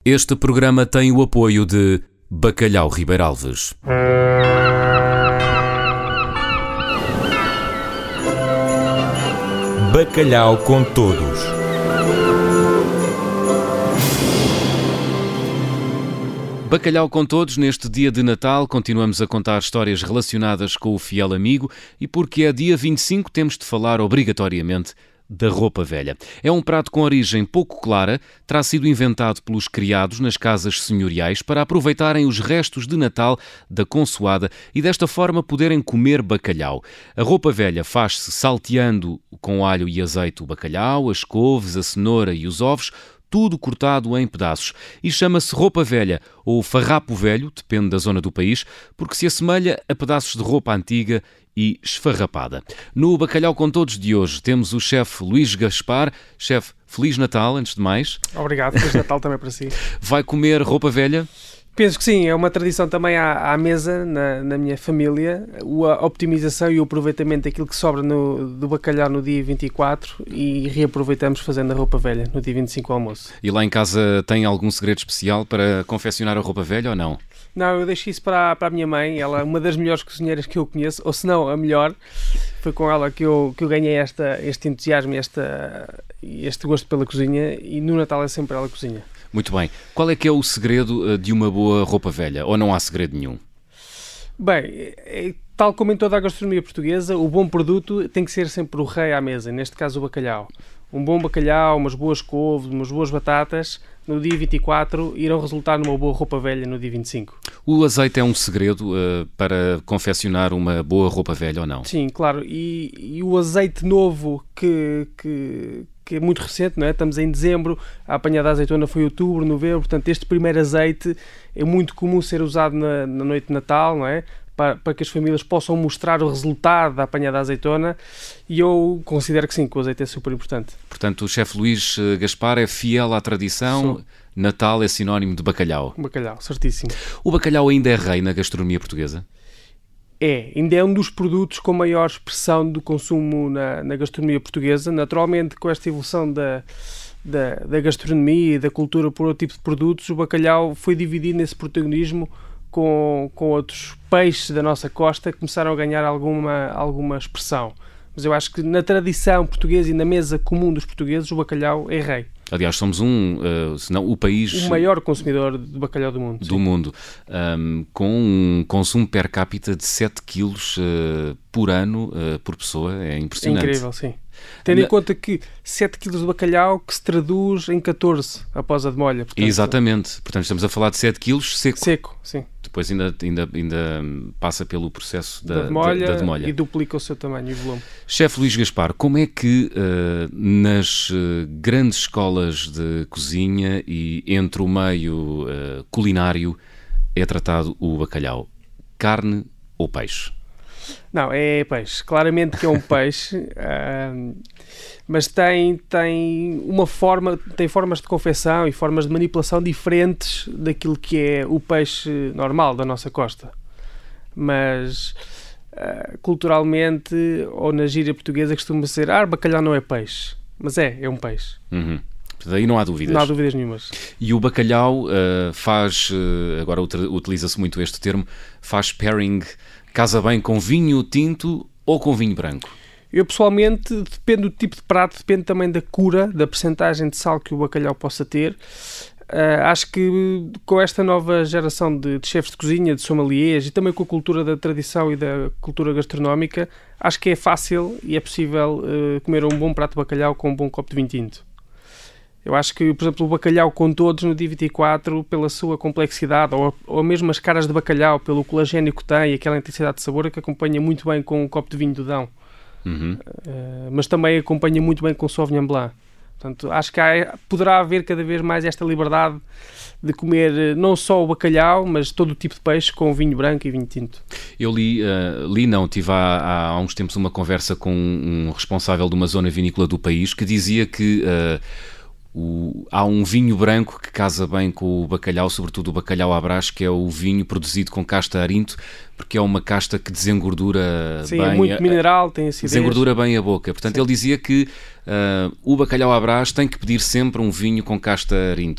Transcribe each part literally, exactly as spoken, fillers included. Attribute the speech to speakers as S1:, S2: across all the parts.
S1: Este programa tem o apoio de Bacalhau Ribeiro Alves.
S2: Bacalhau com Todos.
S1: Bacalhau com Todos, neste dia de Natal, continuamos a contar histórias relacionadas com o fiel amigo e porque é dia vinte e cinco temos de falar obrigatoriamente da roupa velha. É um prato com origem pouco clara, terá sido inventado pelos criados nas casas senhoriais para aproveitarem os restos de Natal da consoada e desta forma poderem comer bacalhau. A roupa velha faz-se salteando com alho e azeite o bacalhau, as couves, a cenoura e os ovos, tudo cortado em pedaços. E chama-se roupa velha ou farrapo velho, depende da zona do país, porque se assemelha a pedaços de roupa antiga e esfarrapada. No Bacalhau com Todos de hoje temos o chefe Luís Gaspar. Chefe, Feliz Natal, antes de mais.
S3: Obrigado, Feliz Natal também para si.
S1: Vai comer roupa velha?
S3: Penso que sim, é uma tradição também à, à mesa, na, na minha família, a optimização e o aproveitamento daquilo que sobra no, do bacalhau no dia vinte e quatro e reaproveitamos fazendo a roupa velha no dia vinte e cinco ao almoço.
S1: E lá em casa tem algum segredo especial para confeccionar a roupa velha ou não?
S3: Não, eu deixo isso para, para a minha mãe, ela é uma das melhores cozinheiras que eu conheço, ou se não, a melhor. Foi com ela que eu, que eu ganhei esta, este entusiasmo e esta, este gosto pela cozinha e no Natal é sempre ela que cozinha.
S1: Muito bem. Qual é que é o segredo de uma boa roupa velha? Ou não há segredo nenhum?
S3: Bem, é, tal como em toda a gastronomia portuguesa, o bom produto tem que ser sempre o rei à mesa, neste caso o bacalhau. Um bom bacalhau, umas boas couves, umas boas batatas, no dia vinte e quatro irão resultar numa boa roupa velha no dia vinte e cinco.
S1: O azeite é um segredo uh, para confeccionar uma boa roupa velha ou não?
S3: Sim, claro. E, e o azeite novo que... que que é muito recente, não é? Estamos em dezembro, a apanhada da azeitona foi em outubro, novembro, portanto este primeiro azeite é muito comum ser usado na, na noite de Natal, não é? Para, para que as famílias possam mostrar o resultado da apanhada da azeitona e eu considero que sim, que o azeite é super importante.
S1: Portanto, o chefe Luís Gaspar é fiel à tradição, Sou. Natal é sinónimo de bacalhau.
S3: Bacalhau, certíssimo.
S1: O bacalhau ainda é rei na gastronomia portuguesa?
S3: É, ainda é um dos produtos com maior expressão do consumo na, na gastronomia portuguesa. Naturalmente, com esta evolução da, da, da gastronomia e da cultura por outro tipo de produtos, o bacalhau foi dividido nesse protagonismo com, com outros peixes da nossa costa que começaram a ganhar alguma, alguma expressão. Mas eu acho que na tradição portuguesa e na mesa comum dos portugueses, o bacalhau é rei.
S1: Aliás, somos um, uh, se não o país...
S3: O maior consumidor de bacalhau do mundo.
S1: Do
S3: sim.
S1: mundo. Um, com um consumo per capita de sete quilos uh, por ano, uh, por pessoa. É impressionante.
S3: É incrível, sim. Tendo Na... em conta que sete quilos de bacalhau que se traduz em catorze após a demolha. Portanto,
S1: exatamente. Portanto, estamos a falar de sete quilos seco.
S3: Seco, sim.
S1: Depois ainda, ainda, ainda passa pelo processo da,
S3: da, demolha,
S1: da, da demolha
S3: e duplica o seu tamanho e volume.
S1: Chefe Luís Gaspar, como é que uh, nas uh, grandes escolas de cozinha e entre o meio uh, culinário é tratado o bacalhau? Carne ou peixe?
S3: Não, é peixe. Claramente que é um peixe, uh, mas tem, tem uma forma, tem formas de confecção e formas de manipulação diferentes daquilo que é o peixe normal da nossa costa. Mas uh, culturalmente, ou na gíria portuguesa, costuma ser, ah, bacalhau não é peixe. Mas é, é um peixe.
S1: Uhum. Daí não há dúvidas.
S3: Não há dúvidas nenhumas.
S1: E o bacalhau uh, faz, uh, agora utiliza-se muito este termo, faz pairing, casa bem com vinho tinto ou com vinho branco?
S3: Eu pessoalmente, depende do tipo de prato, depende também da cura, da percentagem de sal que o bacalhau possa ter. Uh, acho que com esta nova geração de, de chefes de cozinha, de sommeliers e também com a cultura da tradição e da cultura gastronómica, acho que é fácil e é possível uh, comer um bom prato de bacalhau com um bom copo de vinho tinto. Eu acho que, por exemplo, o Bacalhau com Todos no dia vinte e quatro, pela sua complexidade, ou, ou mesmo as caras de bacalhau, pelo colagênio que tem e aquela intensidade de sabor, que acompanha muito bem com um copo de vinho do Dão.
S1: Uhum.
S3: Uh, mas também acompanha muito bem com o Sauvignon Blanc. Portanto, acho que há, poderá haver cada vez mais esta liberdade de comer não só o bacalhau, mas todo o tipo de peixe com vinho branco e vinho tinto.
S1: Eu li, uh, li não, tive há, há uns tempos uma conversa com um responsável de uma zona vinícola do país que dizia que... Uh, O, há um vinho branco que casa bem com o bacalhau, sobretudo o bacalhau à Brás, que é o vinho produzido com casta arinto, porque é uma casta que desengordura
S3: Sim,
S1: bem.
S3: É muito mineral, tem acidez.
S1: Desengordura bem a boca. Portanto, Sim. ele dizia que uh, o bacalhau à Brás tem que pedir sempre um vinho com casta arinto.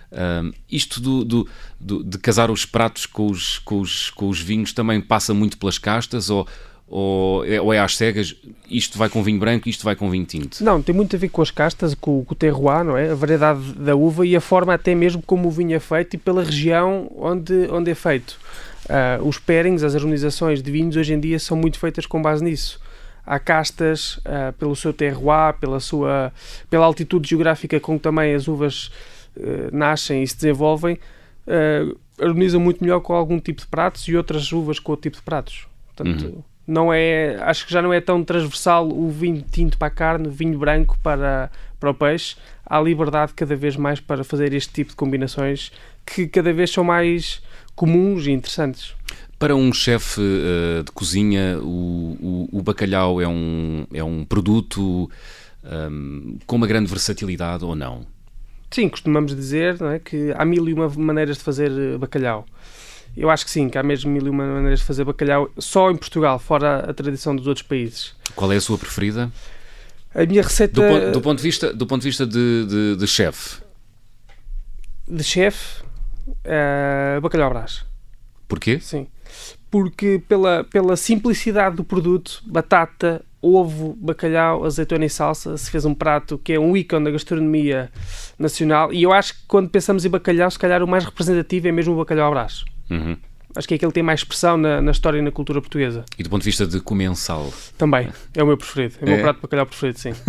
S1: Um, isto do, do, do, de casar os pratos com os, com, os, com os vinhos também passa muito pelas castas, ou, ou, é, ou é às cegas, isto vai com vinho branco, isto vai com vinho tinto?
S3: Não, tem muito a ver com as castas, com, com o terroir, não é? A variedade da uva e a forma até mesmo como o vinho é feito e pela região onde, onde é feito. Uh, os pairings, as harmonizações de vinhos hoje em dia são muito feitas com base nisso. Há castas, uh, pelo seu terroir, pela, sua, pela altitude geográfica com que também as uvas uh, nascem e se desenvolvem, uh, harmonizam muito melhor com algum tipo de pratos e outras uvas com outro tipo de pratos. Portanto, uhum. não é, acho que já não é tão transversal o vinho tinto para a carne, o vinho branco para, para o peixe. Há liberdade cada vez mais para fazer este tipo de combinações que cada vez são mais comuns e interessantes.
S1: Para um chefe uh, de cozinha, o, o, o bacalhau é um, é um produto um, com uma grande versatilidade ou não?
S3: Sim, costumamos dizer, não é, que há mil e uma maneiras de fazer bacalhau. Eu acho que sim, que há mesmo mil e uma maneiras de fazer bacalhau só em Portugal, fora a tradição dos outros países.
S1: Qual é a sua preferida?
S3: A minha receita...
S1: Do, ponto, do ponto de vista, do ponto de, vista de, de, de chefe?
S3: De chefe, uh, bacalhau à Brás.
S1: Porquê?
S3: Sim, porque pela, pela simplicidade do produto, batata, ovo, bacalhau, azeitona e salsa, se fez um prato que é um ícone da gastronomia nacional, e eu acho que quando pensamos em bacalhau, se calhar o mais representativo é mesmo o bacalhau à Brás.
S1: Uhum.
S3: Acho que é aquele que tem mais expressão na, na história e na cultura portuguesa.
S1: E do ponto de vista de comensal? Também,
S3: é o meu preferido, é o meu é? prato de bacalhau preferido, sim.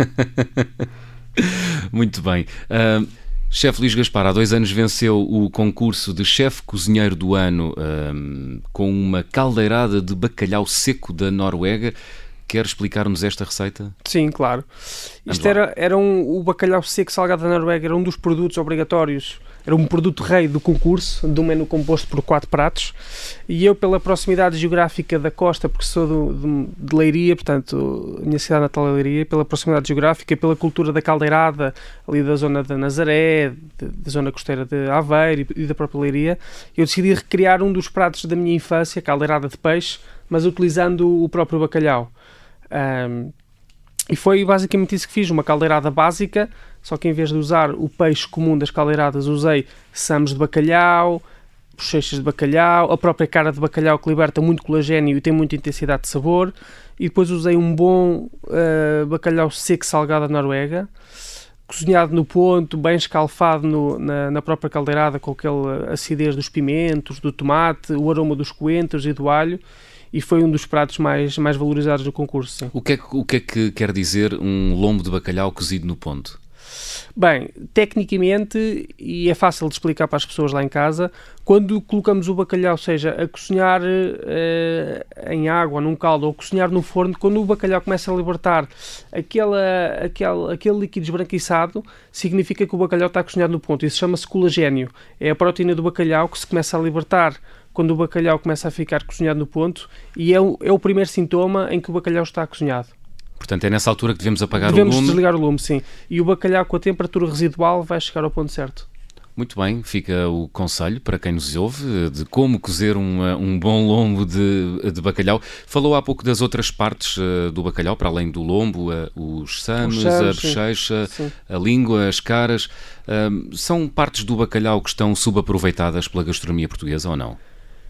S1: Muito bem. Uh, Chefe Luís Gaspar, há dois anos venceu o concurso de chefe cozinheiro do ano um, com uma caldeirada de bacalhau seco da Noruega. Quer explicar-nos esta receita?
S3: Sim, claro. Isto era, era um, o bacalhau seco salgado da Noruega era um dos produtos obrigatórios, era um produto rei do concurso, de um menu composto por quatro pratos, e eu, pela proximidade geográfica da costa, porque sou do, de, de Leiria, portanto, a minha cidade natal é Leiria, pela proximidade geográfica, pela cultura da caldeirada, ali da zona da Nazaré, de, da zona costeira de Aveiro e, e da própria Leiria, eu decidi recriar um dos pratos da minha infância, caldeirada de peixe, mas utilizando o próprio bacalhau. Um, e foi basicamente isso que fiz, uma caldeirada básica, só que em vez de usar o peixe comum das caldeiradas, usei samos de bacalhau, bochechas de bacalhau, a própria cara de bacalhau que liberta muito colagênio e tem muita intensidade de sabor, e depois usei um bom uh, bacalhau seco salgado da Noruega, cozinhado no ponto, bem escalfado no, na, na própria caldeirada, com aquela acidez dos pimentos, do tomate, o aroma dos coentros e do alho, e foi um dos pratos mais, mais valorizados do concurso. Sim.
S1: O que, é, o que é que quer dizer um lombo de bacalhau cozido no ponto?
S3: Bem, tecnicamente, e é fácil de explicar para as pessoas lá em casa, quando colocamos o bacalhau, seja a cozinhar uh, em água, num caldo, ou cozinhar no forno, quando o bacalhau começa a libertar aquela, aquele, aquele líquido esbranquiçado, significa que o bacalhau está cozinhado no ponto. Isso chama-se colagênio. É a proteína do bacalhau que se começa a libertar quando o bacalhau começa a ficar cozinhado no ponto, e é o, é o primeiro sintoma em que o bacalhau está cozinhado.
S1: Portanto, é nessa altura que devemos apagar
S3: devemos
S1: o lume?
S3: Devemos desligar o lume, sim. E o bacalhau com a temperatura residual vai chegar ao ponto certo.
S1: Muito bem, fica o conselho para quem nos ouve de como cozer uma, um bom lombo de, de bacalhau. Falou há pouco das outras partes uh, do bacalhau, para além do lombo, uh, os sames, a bochecha, a língua, as caras. Uh, são partes do bacalhau que estão subaproveitadas pela gastronomia portuguesa ou não?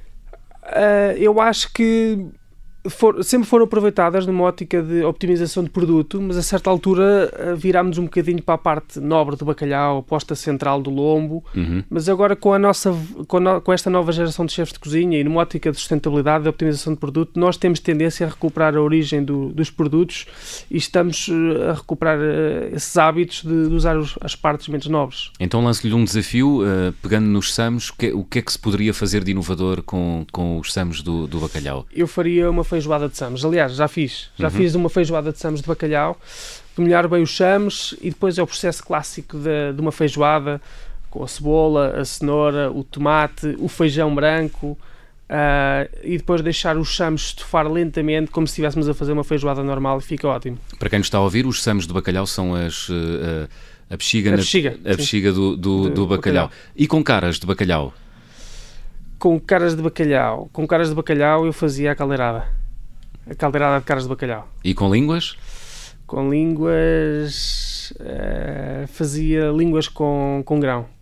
S3: Uh, eu acho que for, sempre foram aproveitadas numa ótica de optimização de produto, mas a certa altura uh, virámos um bocadinho para a parte nobre do bacalhau, a posta central do lombo, uhum. Mas agora com, a nossa, com, a no, com esta nova geração de chefes de cozinha e numa ótica de sustentabilidade e optimização de produto, nós temos tendência a recuperar a origem do, dos produtos e estamos uh, a recuperar uh, esses hábitos de, de usar os, as partes menos nobres.
S1: Então lanço-lhe um desafio, uh, pegando nos samos, o que, o que é que se poderia fazer de inovador com, com os samos do, do bacalhau?
S3: Eu faria uma feijoada de samos. Aliás, já fiz. Já uhum. fiz uma feijoada de samos de bacalhau, de molhar bem os samos, e depois é o processo clássico de, de uma feijoada, com a cebola, a cenoura, o tomate, o feijão branco, uh, e depois deixar os samos estufar lentamente, como se estivéssemos a fazer uma feijoada normal, e fica ótimo.
S1: Para quem nos está a ouvir, os samos de bacalhau são as... Uh, a bexiga,
S3: a
S1: na,
S3: bexiga,
S1: a bexiga do, do, do bacalhau. bacalhau. E com caras de bacalhau?
S3: Com caras de bacalhau. Com caras de bacalhau eu fazia a caldeirada. A caldeirada de caras de bacalhau.
S1: E com línguas?
S3: Com línguas... Uh, fazia línguas com, com grão.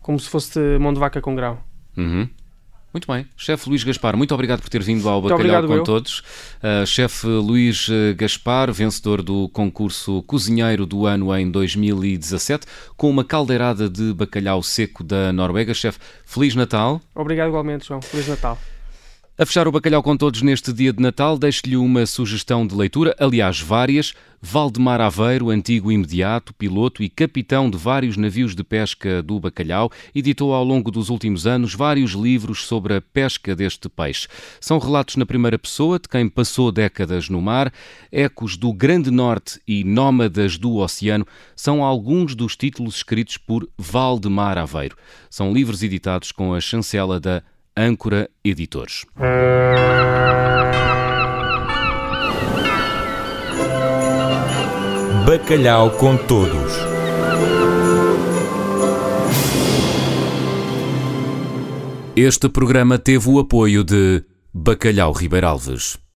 S3: como se fosse mão de vaca com grão.
S1: Uhum. Muito bem. Chefe Luís Gaspar, muito obrigado por ter vindo ao
S3: Muito
S1: Bacalhau
S3: obrigado,
S1: com
S3: eu.
S1: Todos. Uh, Chefe Luís Gaspar, vencedor do concurso Cozinheiro do Ano em dois mil e dezassete, com uma caldeirada de bacalhau seco da Noruega. Chefe, Feliz Natal.
S3: Obrigado igualmente, João. Feliz Natal.
S1: A fechar o Bacalhau com Todos neste dia de Natal, deixo-lhe uma sugestão de leitura, aliás várias. Valdemar Aveiro, antigo imediato, piloto e capitão de vários navios de pesca do bacalhau, editou ao longo dos últimos anos vários livros sobre a pesca deste peixe. São relatos na primeira pessoa de quem passou décadas no mar. Ecos do Grande Norte e Nómadas do Oceano são alguns dos títulos escritos por Valdemar Aveiro. São livros editados com a chancela da Âncora Editores.
S2: Bacalhau com Todos.
S1: Este programa teve o apoio de Bacalhau Ribeiralves.